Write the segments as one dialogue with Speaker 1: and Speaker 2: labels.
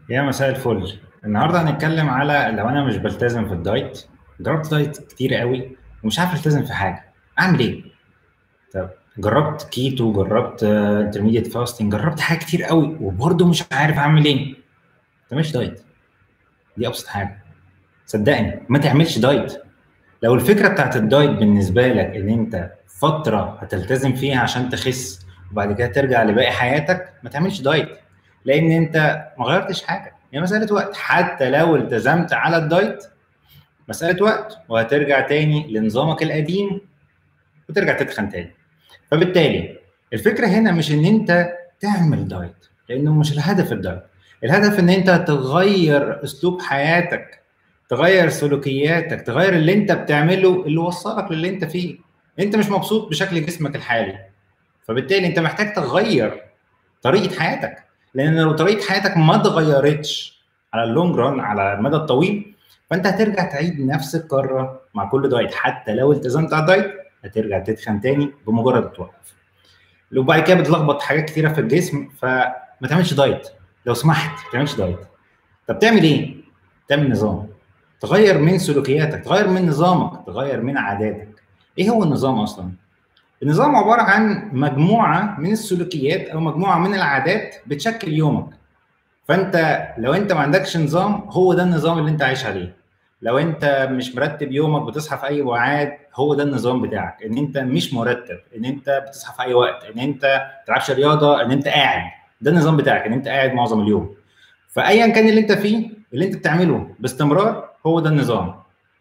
Speaker 1: يا مساء الفل. النهارده هنتكلم على لو انا مش بلتزم في الدايت. جربت دايت كتير قوي ومش عارف التزم في حاجه، اعمل ايه؟ طب جربت كيتو، جربت انترميديت فاستنج، جربت حاجات كتير قوي وبرضه مش عارف اعمل ايه. ده مش دايت، دي ابسط حاجه. صدقني ما تعملش دايت. لو الفكره بتاعت الدايت بالنسبه لك ان انت فتره هتلتزم فيها عشان تخس وبعد كده ترجع لباقي حياتك، ما تعملش دايت. لان انت ما غيرتش حاجه، هي مساله وقت. حتى لو التزمت على الدايت مساله وقت وهترجع تاني لنظامك القديم وترجع تتخن تاني. فبالتالي الفكره هنا مش ان انت تعمل دايت، لانه مش الهدف الدايت. الهدف ان انت تغير اسلوب حياتك، تغير سلوكياتك، تغير اللي انت بتعمله اللي وصلك للي انت فيه. انت مش مبسوط بشكل جسمك الحالي، فبالتالي انت محتاج تغير طريقه حياتك. لان لو طريقه حياتك ما اتغيرتش على اللونج ران، على المدى الطويل، فانت هترجع تعيد نفس الكره مع كل دايت. حتى لو التزمت على الدايت هترجع تتخن تاني بمجرد ما توقف. وبعد كده بتلخبط حاجات كتيره في الجسم، فما تعملش دايت. لو سمحت ما تعملش دايت. طب تعمل ايه؟ تعمل نظام، تغير من سلوكياتك، تغير من نظامك، تغير من عاداتك. ايه هو النظام اصلا؟ النظام عباره عن مجموعه من السلوكيات او مجموعه من العادات بتشكل يومك. فانت لو انت ما عندكش نظام، هو ده النظام اللي انت عايش عليه. لو انت مش مرتب يومك، بتصحى في اي ميعاد، هو ده النظام بتاعك. ان انت مش مرتب، ان انت بتصحى في اي وقت، ان انت ما تلعبش رياضه، ان انت قاعد، ده النظام بتاعك. ان انت قاعد معظم اليوم. فايا كان اللي انت فيه، اللي انت بتعمله باستمرار، هو ده النظام.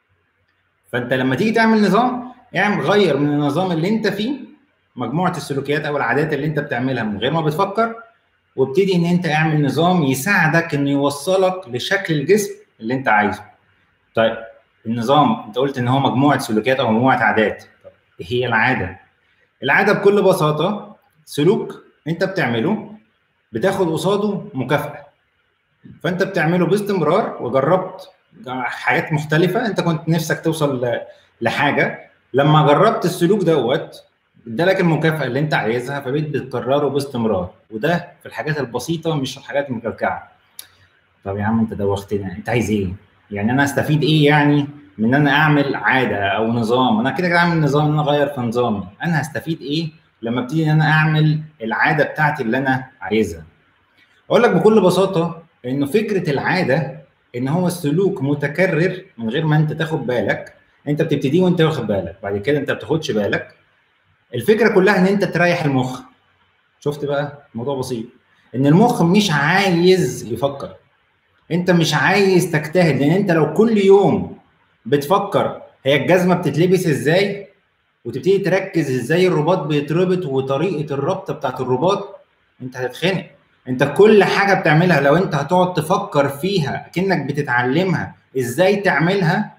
Speaker 1: فانت لما تيجي تعمل نظام، اعمل غير من النظام اللي انت فيه مجموعه السلوكيات او العادات اللي انت بتعملها من غير ما بتفكر، وابتدي ان انت اعمل نظام يساعدك انه يوصلك لشكل الجسم اللي انت عايزه. طيب النظام انت قلت ان هو مجموعه سلوكيات او مجموعه عادات. طب ايه هي العاده؟ العاده بكل بساطه سلوك انت بتعمله بتاخد قصاده مكافاه. فانت بتعمله باستمرار وجربت حاجات مختلفه، انت كنت نفسك توصل لحاجه، لما جربت السلوك دوت ادالك المكافاه اللي انت عايزها، فبقيت بتكرره باستمرار. وده في الحاجات البسيطه مش في الحاجات المكلكعه. طب يا عم انت دوختني، انت عايز ايه؟ يعني انا استفيد ايه يعني من ان انا اعمل عاده او نظام؟ انا كده كده اعمل نظام ان انا اغير في نظامي. انا هستفيد ايه لما ابتدي ان انا اعمل العاده بتاعتي اللي انا عايزها؟ اقول لك بكل بساطه انه فكره العاده ان هو السلوك متكرر من غير ما انت تاخد بالك. انت بتبتديه وانت واخد بالك، بعد كده انت ما بتاخدش بالك. الفكره كلها ان انت تريح المخ. شفت بقى؟ الموضوع بسيط. ان المخ مش عايز يفكر، انت مش عايز تجتهد. لان انت لو كل يوم بتفكر هي الجزمه بتتلبس ازاي، وتبتدي تركز ازاي الرباط بيتربط وطريقه الربطه بتاعت الرباط، انت هتتخنق. انت كل حاجه بتعملها لو انت هتقعد تفكر فيها كأنك بتتعلمها ازاي تعملها،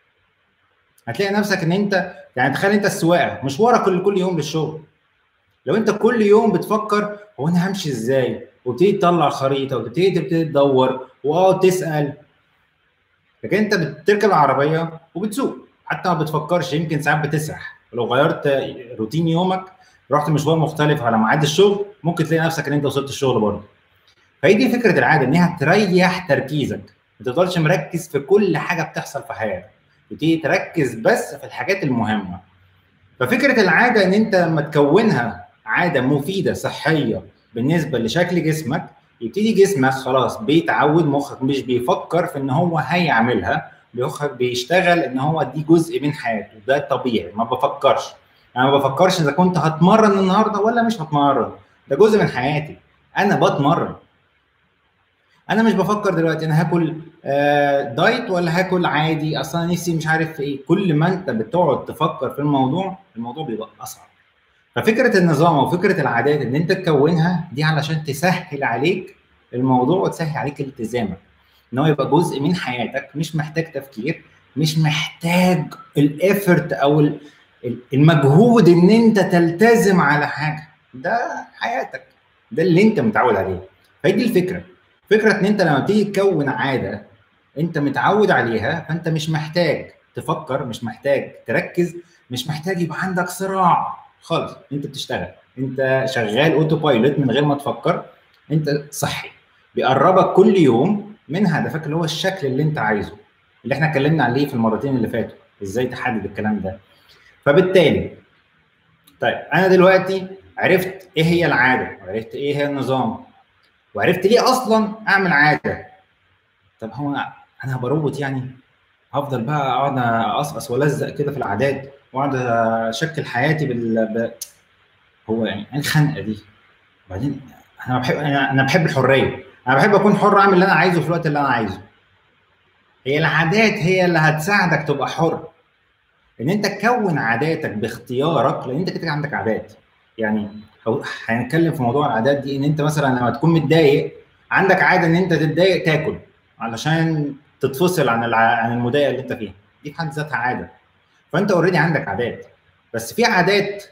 Speaker 1: هتلاقي نفسك ان انت يعني تخيل انت السواقه مشوارك كل يوم للشغل. لو انت كل يوم بتفكر هو انا همشي ازاي، وتبتدي تطلع خريطه وتبتدي تدور تسال. لكن انت بتركب العربيه وبتسوق، حتى ما بتفكرش، يمكن ساعات بتسرح. ولو غيرت روتين يومك، رحت مشوار مختلف على ميعاد الشغل، ممكن تلاقي نفسك ان انت وصلت الشغل برضه. فهي دي فكره العاده، انها تريح تركيزك. ما تفضلش مركز في كل حاجه بتحصل في حياتك، وتيجي تركز بس في الحاجات المهمه. ففكره العاده ان انت لما تكونها عاده مفيده صحيه بالنسبه لشكل جسمك، يبتدي جسمك خلاص بيتعود، مخك مش بيفكر في ان هو هيعملها، مخك بيشتغل ان هو دي جزء من حياته. ده طبيعي، ما بفكرش. انا ما بفكرش اذا كنت هتمرن النهارده ولا مش هتمرن، ده جزء من حياتي. انا بتمرن. انا مش بفكر دلوقتي انا هاكل دايت ولا هاكل عادي، اصلا نفسي مش عارف في ايه. كل ما انت بتقعد تفكر في الموضوع، الموضوع بيبقى اصعب. ففكره النظام او فكره العادات ان انت تكونها دي علشان تسهل عليك الموضوع وتسهل عليك التزامك، ان هو يبقى جزء من حياتك، مش محتاج تفكير، مش محتاج الافورت او المجهود ان انت تلتزم على حاجه. ده حياتك، ده اللي انت متعود عليه. فهي دي الفكره. فكره ان انت لما تيجي تكون عاده انت متعود عليها، فانت مش محتاج تفكر، مش محتاج تركز، مش محتاج يبقى عندك صراع خالص. انت بتشتغل، انت شغال اوتو بايلوت من غير ما تفكر، انت صحي. بيقربك كل يوم من هدفك اللي هو الشكل اللي انت عايزه، اللي احنا اتكلمنا عليه في المرتين اللي فاتوا، ازاي تحدد الكلام ده. فبالتالي طيب انا دلوقتي عرفت ايه هي العاده، وعرفت ايه هي النظام، وعرفت ليه اصلا اعمل عاده. طب هو انا هبقى روبوت يعني؟ هفضل بقى اقعد اقصقص والزق كده في العادات واقعد اشكل حياتي هو يعني ايه الخنقه دي؟ وبعدين انا بحب الحريه، انا بحب اكون حر اعمل اللي انا عايزه في الوقت اللي انا عايزه. هي العادات هي اللي هتساعدك تبقى حر، ان انت تكون عاداتك باختيارك، لان انت كده عندك عادات. يعني هنتكلم في موضوع العادات دي، ان انت مثلا لما تكون متضايق عندك عاده ان انت تتضايق تاكل علشان تتفصل عن المضايقه اللي انت فيها، دي في حد ذاتها عاده. فانت اوريدي عندك عادات، بس في عادات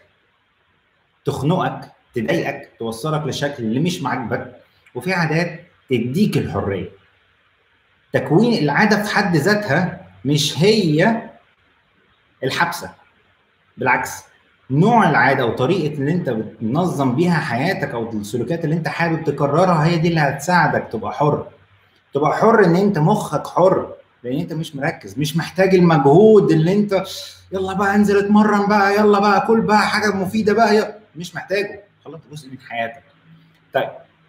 Speaker 1: تخنقك تضايقك توصلك لشكل اللي مش معجبك، وفي عادات تديك الحريه. تكوين العاده في حد ذاتها مش هي الحبسه، بالعكس، نوع العاده وطريقه اللي انت بتنظم بيها حياتك او السلوكيات اللي انت حابب تكررها هي دي اللي هتساعدك تبقى حر. تبقى حر ان انت مخك حر، لان انت مش مركز، مش محتاج المجهود اللي انت يلا بقى انزل اتمرن بقى، يلا بقى كل بقى حاجه مفيده بقى، مش محتاجه، خلاص جزء من حياتك. طيب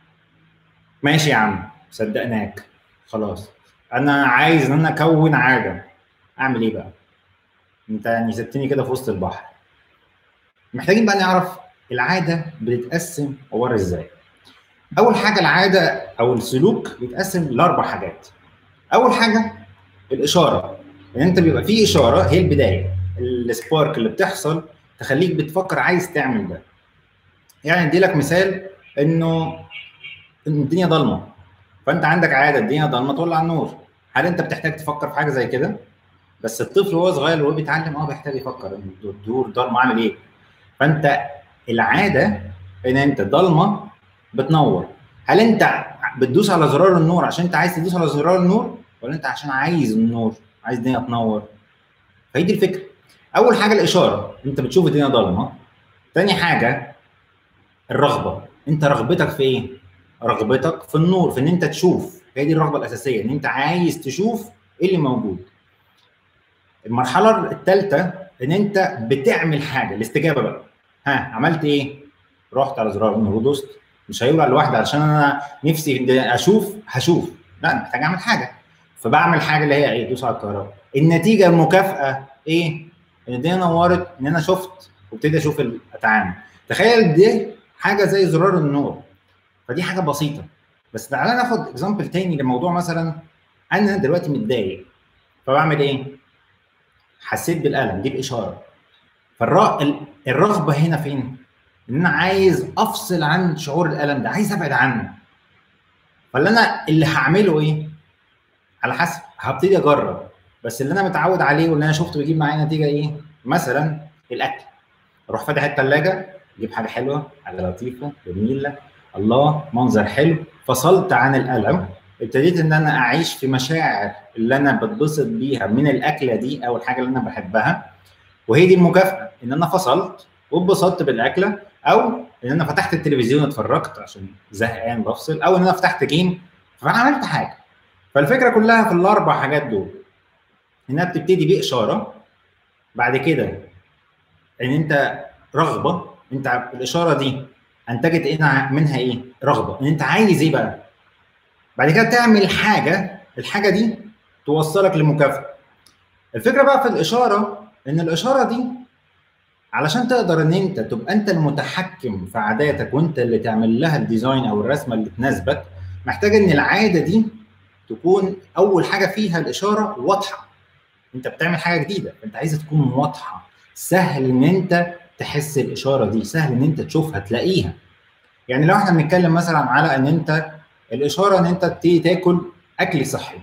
Speaker 1: ماشي يا عم صدقناك، خلاص انا عايز ان انا اكون عاده، اعمل ايه بقى؟ انت يعني سبتني كده في وسط البحر. محتاجين بقى نعرف العاده بتتقسم عباره ازاي. اول حاجه العاده او السلوك بيتقسم لاربع حاجات. اول حاجه الاشاره، يعني انت بيبقى في اشاره هي البدايه، السبارك اللي بتحصل تخليك بتفكر عايز تعمل ده. يعني ادي لك مثال، انه الدنيا ضلمه، فانت عندك عاده الدنيا ضلمه تولع النور. هل انت بتحتاج تفكر في حاجه زي كده؟ بس الطفل وهو صغير وهو بيتعلم بيحتاج يفكر الدور ضلمه اعمل ايه. فانت العاده ان انت ضلمه بتنور، هل انت بتدوس على زرار النور عشان انت عايز تدوس على زرار النور، ولا انت عشان عايز النور، عايز الدنيا تنور؟ فهي دي الفكره. اول حاجه الاشاره، انت بتشوف الدنيا ضلمه. تاني حاجه الرغبه، انت رغبتك في ايه؟ رغبتك في النور، في ان انت تشوف، هي دي الرغبه الاساسيه، ان انت عايز تشوف ايه اللي موجود. المرحله الثالثه ان انت بتعمل حاجه، الاستجابه بقى. ها عملت ايه؟ رحت على زرار النور ودوست. مش هيولع لوحده عشان انا نفسي اشوف، هشوف، لا انا محتاج اعمل حاجه. فبعمل حاجه اللي هي ايه؟ دوس على الكهرباء. النتيجه المكافاه ايه؟ ان الدنيا نورت، ان انا شفت وابتدي اشوف اتعامل. تخيل دي حاجه زي زرار النور، فدي حاجه بسيطه. بس تعالى ناخد اكزامبل تاني لموضوع، مثلا انا دلوقتي متضايق، فبعمل ايه؟ حسيت بالالم، دي الاشاره. فالرغبه هنا فين؟ ان انا عايز افصل عن شعور الالم ده، عايز ابعد عنه. فاللي انا اللي هعمله ايه؟ على حسب، هبتدي اجرب. بس اللي انا متعود عليه واللي انا شفته بيجيب معايا نتيجه ايه؟ مثلا الاكل، اروح فاتح الثلاجه اجيب حاجه حلوه، حاجه لطيفه جميله، الله منظر حلو، فصلت عن الالم. ابتديت ان انا اعيش في مشاعر اللي انا بتبسط بيها من الاكله دي او الحاجه اللي انا بحبها، وهي دي المكافاه، ان انا فصلت واتبسطت بالاكله، او ان انا فتحت التلفزيون اتفرجت عشان زهقان بفصل، او ان انا فتحت جيم فعملت حاجه. فالفكره كلها في الاربع حاجات دول، انها بتبتدي باشاره، بعد كده ان انت رغبه، انت الاشاره دي انتجت ايه منها؟ ايه؟ رغبه، ان انت عايز ايه بقى. بعد كده تعمل حاجه، الحاجه دي توصلك لمكافاه. الفكره بقى في الاشاره، ان الاشاره دي علشان تقدر ان انت تبقى انت المتحكم في عاداتك وانت اللي تعمل لها الديزاين او الرسمه اللي تناسبك، محتاج ان العاده دي تكون اول حاجه فيها الاشاره واضحه. انت بتعمل حاجه جديده، انت عايزها تكون واضحه، سهل ان انت تحس الاشاره دي، سهل ان انت تشوفها تلاقيها. يعني لو احنا بنتكلم مثلا على ان انت الاشاره ان انت تبتدي تاكل اكل صحي،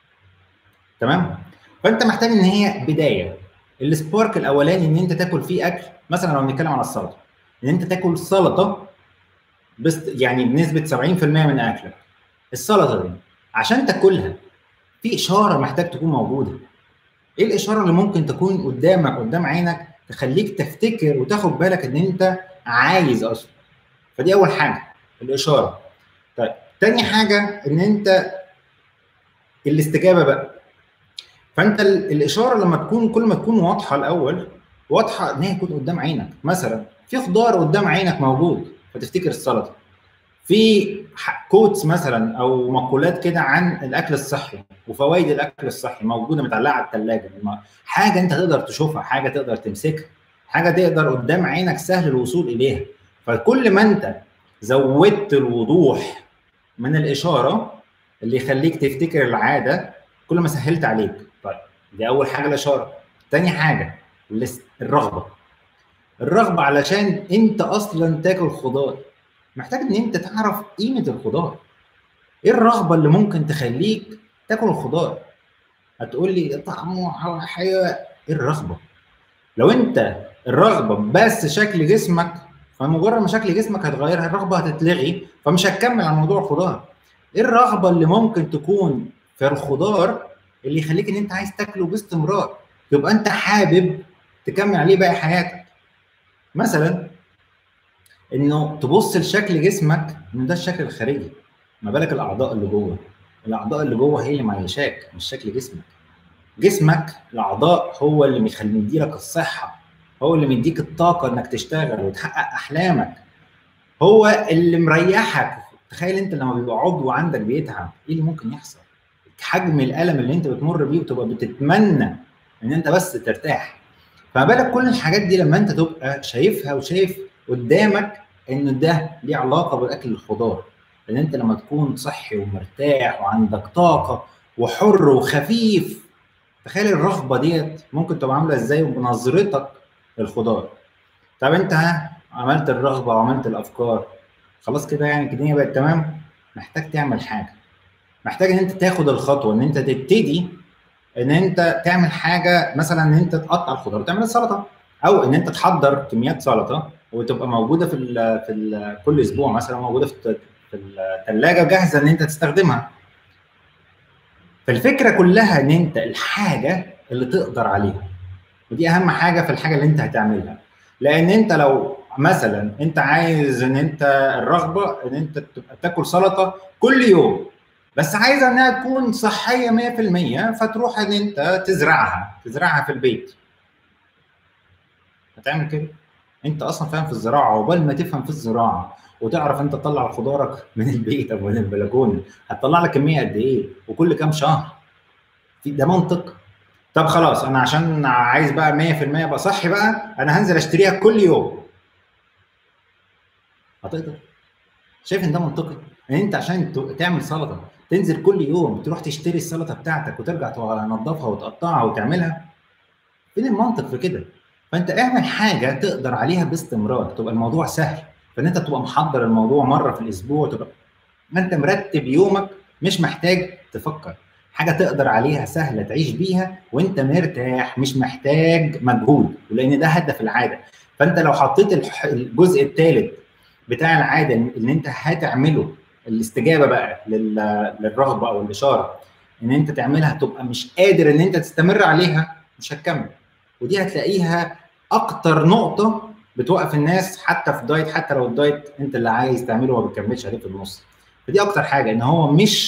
Speaker 1: تمام؟ فانت محتاج ان هي بدايه، السبارك الاولاني ان انت تاكل فيه اكل. مثلا لو بنتكلم على السلطه، ان انت تاكل سلطه بس يعني بنسبه 70% من اكلك. السلطه دي عشان تاكلها في اشاره محتاج تكون موجوده. ايه الاشاره اللي ممكن تكون قدامك قدام عينك تخليك تفتكر وتاخد بالك ان انت عايز اصلا؟ فدي اول حاجه الاشاره. طيب تاني حاجه ان انت الاستجابه بقى. فانت الاشاره لما تكون كل ما تكون واضحه الاول، واضحه ان هي تكون قدام عينك. مثلا في خضار قدام عينك موجود فتفتكر السلطه، في كوتس مثلا او مقولات كده عن الاكل الصحي وفوائد الاكل الصحي موجوده متعلقه على الثلاجه، حاجه انت تقدر تشوفها، حاجه تقدر تمسكها، حاجه تقدر قدام عينك سهل الوصول اليها. فكل ما انت زودت الوضوح من الاشاره اللي يخليك تفتكر العاده، كل ما سهلت عليك. طيب دي اول حاجه الاشاره. تاني حاجه الرغبه. الرغبه علشان انت اصلا تاكل خضار محتاج ان انت تعرف قيمه الخضار. ايه الرغبه اللي ممكن تخليك تاكل الخضار؟ هتقول لي طعمه حلو. ايه الرغبه؟ لو انت الرغبه بس شكل جسمك، فمجرد ما شكل جسمك هتغيرها الرغبه هتتلغي، فمش هتكمل على موضوع الخضار. ايه الرغبه اللي ممكن تكون في الخضار اللي يخليك ان انت عايز تاكله باستمرار، يبقى انت حابب تكمل عليه باقي حياتك؟ مثلا انه تبص لشكل جسمك ان ده الشكل الخارجي، ما بالك الاعضاء اللي جوه. الاعضاء اللي جوه هي اللي معيشاك مش شكل جسمك. جسمك الاعضاء هو اللي مديلك الصحه، هو اللي مديك الطاقه انك تشتغل وتحقق احلامك، هو اللي مريحك. تخيل انت لما بيبقى عضو عندك بيتعب، ايه اللي ممكن يحصل؟ حجم الالم اللي انت بتمر بيه وتبقى بتتمنى ان انت بس ترتاح. فما بالك كل الحاجات دي لما انت تبقى شايفها وشايف قدامك ان ده ليه علاقه بالاكل الخضار. لان انت لما تكون صحي ومرتاح وعندك طاقه وحر وخفيف، تخيل الرغبه ديت ممكن تبقى عامله ازاي بنظرتك للخضار. طب انت عملت الرغبه وعملت الافكار، خلاص كده يعني الدنيا بقت تمام؟ محتاج تعمل حاجه، محتاج ان انت تاخد الخطوه ان انت تبتدي ان انت تعمل حاجه، مثلا ان انت تقطع الخضار وتعمل السلطه، او ان انت تحضر كميات سلطه وتبقى موجوده كل اسبوع مثلا موجوده في الثلاجه جاهزه ان انت تستخدمها. فالفكره كلها ان انت الحاجه اللي تقدر عليها، ودي اهم حاجه في الحاجه اللي انت هتعملها. لان انت لو مثلا انت عايز ان انت الرغبه ان انت تبقى تاكل سلطه كل يوم، بس عايزه انها تكون صحيه 100%، فتروح ان انت تزرعها في البيت. هتعمل كده؟ انت اصلا فاهم في الزراعه، عقبال ما تفهم في الزراعه وتعرف انت تطلع خضارك من البيت او من البلكونه هتطلع لك كميه قد ايه وكل كام شهر؟ ده منطق. طب خلاص انا عشان عايز بقى 100% ابقى صحي بقى، انا هنزل اشتريها كل يوم. هتقدر؟ شايف ان ده منطقي؟ ان انت عشان تعمل سلطه تنزل كل يوم تروح تشتري السلطه بتاعتك وترجع تنظفها وتقطعها وتعملها؟ فين المنطق في كده؟ فانت اعمل حاجه تقدر عليها باستمرار، تبقى الموضوع سهل، فان انت تبقى محضر الموضوع مره في الاسبوع، تبقى ما انت مرتب يومك، مش محتاج تفكر، حاجه تقدر عليها سهله تعيش بيها وانت مرتاح، مش محتاج مجهود، ولان ده هدف العاده. فانت لو حطيت الجزء الثالث بتاع العاده ان انت هتعمله، الاستجابه بقى للرغبه او الاشاره ان انت تعملها، تبقى مش قادر ان انت تستمر عليها، مش هتكمل. ودي هتلاقيها اكتر نقطه بتوقف الناس حتى في الدايت، حتى لو الدايت انت اللي عايز تعمله وما بتكملش عليه في النص. فدي اكتر حاجه، ان هو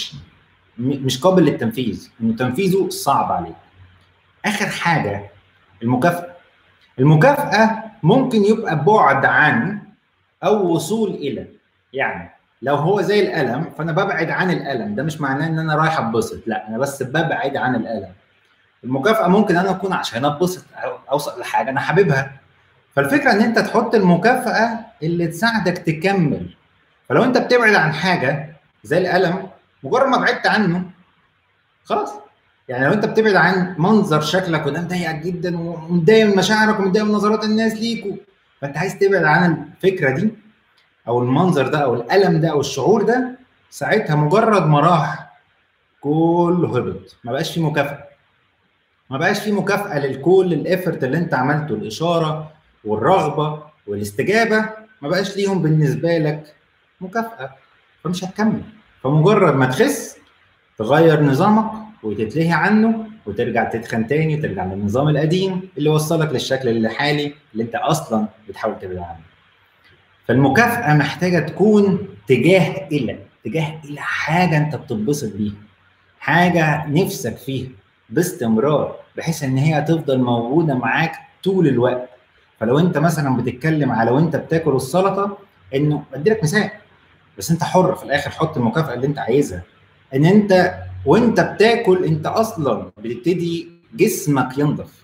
Speaker 1: مش قابل للتنفيذ، انه تنفيذه صعب عليه. اخر حاجه المكافاه. المكافاه ممكن يبقى بعد عن او وصول الى، يعني لو هو زي الالم فانا ببعد عن الالم، ده مش معناه ان انا رايح اتبسط، لا انا بس ببعد عن الالم. المكافاه ممكن انا اكون عشان اتبسط او اوصل لحاجه انا حاببها. فالفكره ان انت تحط المكافاه اللي تساعدك تكمل. فلو انت بتبعد عن حاجه زي الالم، مجرد ما بعدت عنه خلاص. يعني لو انت بتبعد عن منظر شكلك وده مضايقك جدا ومتضايق من مشاعرك ومتضايق من نظرات الناس ليك، فانت عايز تبعد عن الفكره دي او المنظر ده او الالم ده او الشعور ده، ساعتها مجرد ما راح كله هبط، ما بقاش فيه مكافاه. ما بقاش فيه مكافاه للكل الافورت اللي انت عملته، الاشاره والرغبه والاستجابه ما بقاش ليهم بالنسبه لك مكافاه، فمش هتكمل. فمجرد ما تخس تغير نظامك وتتلهي عنه وترجع تتخن تاني وترجع للنظام القديم اللي وصلك للشكل الحالي اللي انت اصلا بتحاول تبعد عنه. فالمكافأة محتاجة تكون اتجاه اتجاه الى حاجه انت بتتبسط بيها، حاجه نفسك فيها باستمرار، بحيث ان هي تفضل موجوده معاك طول الوقت. فلو انت مثلا بتتكلم على وانت بتاكل السلطه، انه ادي لك مثال، بس انت حر في الاخر، حط المكافاه اللي انت عايزها. ان انت وانت بتاكل انت اصلا بتبتدي جسمك ينضف،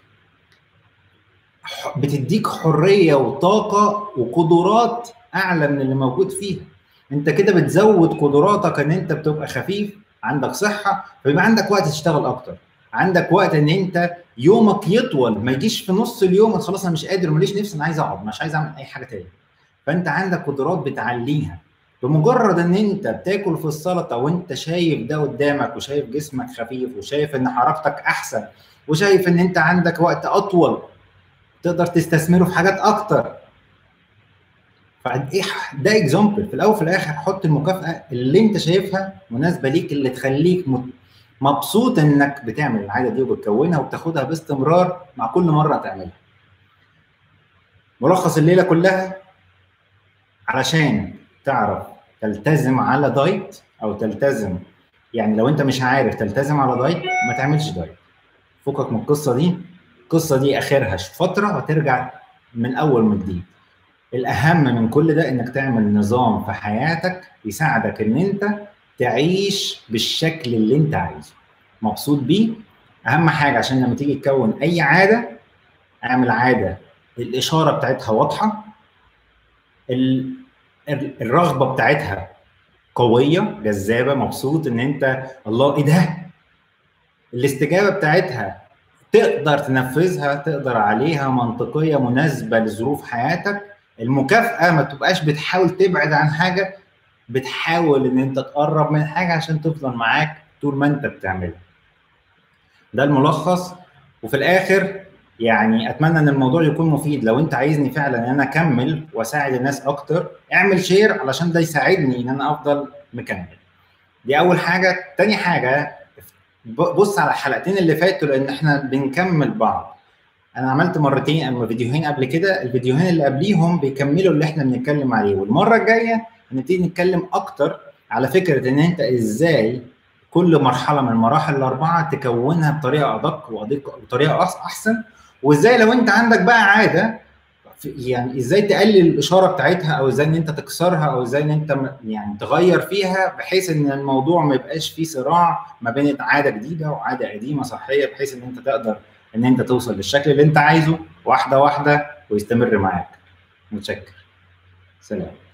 Speaker 1: بتديك حريه وطاقه وقدرات اعلى من اللي موجود فيها. انت كده بتزود قدراتك، ان انت بتبقى خفيف، عندك صحه، فيبقى عندك وقت تشتغل اكتر، عندك وقت ان انت يومك يطول، ما يجيش في نص اليوم خلاص انا مش قادر ماليش نفسي انا عايز اقعد مش عايز اعمل اي حاجه تاني. فانت عندك قدرات بتعليها بمجرد ان انت بتاكل في السلطه وانت شايف ده قدامك، وشايف جسمك خفيف، وشايف ان حركتك احسن، وشايف ان انت عندك وقت اطول تقدر تستثمره في حاجات اكتر. فقد ايه ده اكزامبل. في الاول وفي الاخر حط المكافاه اللي انت شايفها مناسبه ليك، اللي تخليك مبسوط انك بتعمل العاده دي وبتكونها وبتاخدها باستمرار مع كل مره تعملها. ملخص الليله كلها، علشان تعرف تلتزم على دايت او تلتزم، يعني لو انت مش عارف تلتزم على دايت ما تعملش دايت، فكك من القصه دي. القصه دي اخرها فتره وترجع من اول وجديد. الاهم من كل ده انك تعمل نظام في حياتك يساعدك ان انت تعيش بالشكل اللي انت عايزه مبسوط بيه. اهم حاجه عشان لما تيجي تكون اي عاده، اعمل عاده الاشاره بتاعتها واضحه، الرغبه بتاعتها قويه جذابه، مبسوط ان انت الله ايه ده، الاستجابه بتاعتها تقدر تنفذها، تقدر عليها، منطقيه مناسبه لظروف حياتك. المكافاه ما تبقاش بتحاول تبعد عن حاجه، بتحاول ان انت تقرب من حاجه عشان تفضل معاك طول ما انت بتعملها. ده الملخص. وفي الاخر يعني اتمنى ان الموضوع يكون مفيد. لو انت عايزني فعلا ان انا اكمل واساعد الناس اكتر، اعمل شير علشان ده يساعدني ان انا افضل مكمل. دي اول حاجه. تاني حاجه، بص على الحلقتين اللي فاتوا لان احنا بنكمل بعض. انا عملت مرتين اما فيديوهين قبل كده، الفيديوهين اللي قبليهم بيكملوا اللي احنا بنتكلم عليه، والمره الجايه هنبتدي نتكلم اكتر على فكره ان انت ازاي كل مرحله من المراحل الاربعه تكونها بطريقه ادق وبطريقه احسن، وازاي لو انت عندك بقى عاده يعني ازاي تقلل الاشاره بتاعتها، او ازاي ان انت تكسرها، او ازاي ان انت يعني تغير فيها، بحيث ان الموضوع ما يبقاش فيه صراع ما بين عاده جديده وعاده قديمه صحيه، بحيث ان انت تقدر ان انت توصل للشكل اللي انت عايزه واحده واحده ويستمر معاك. متشكر. سلام.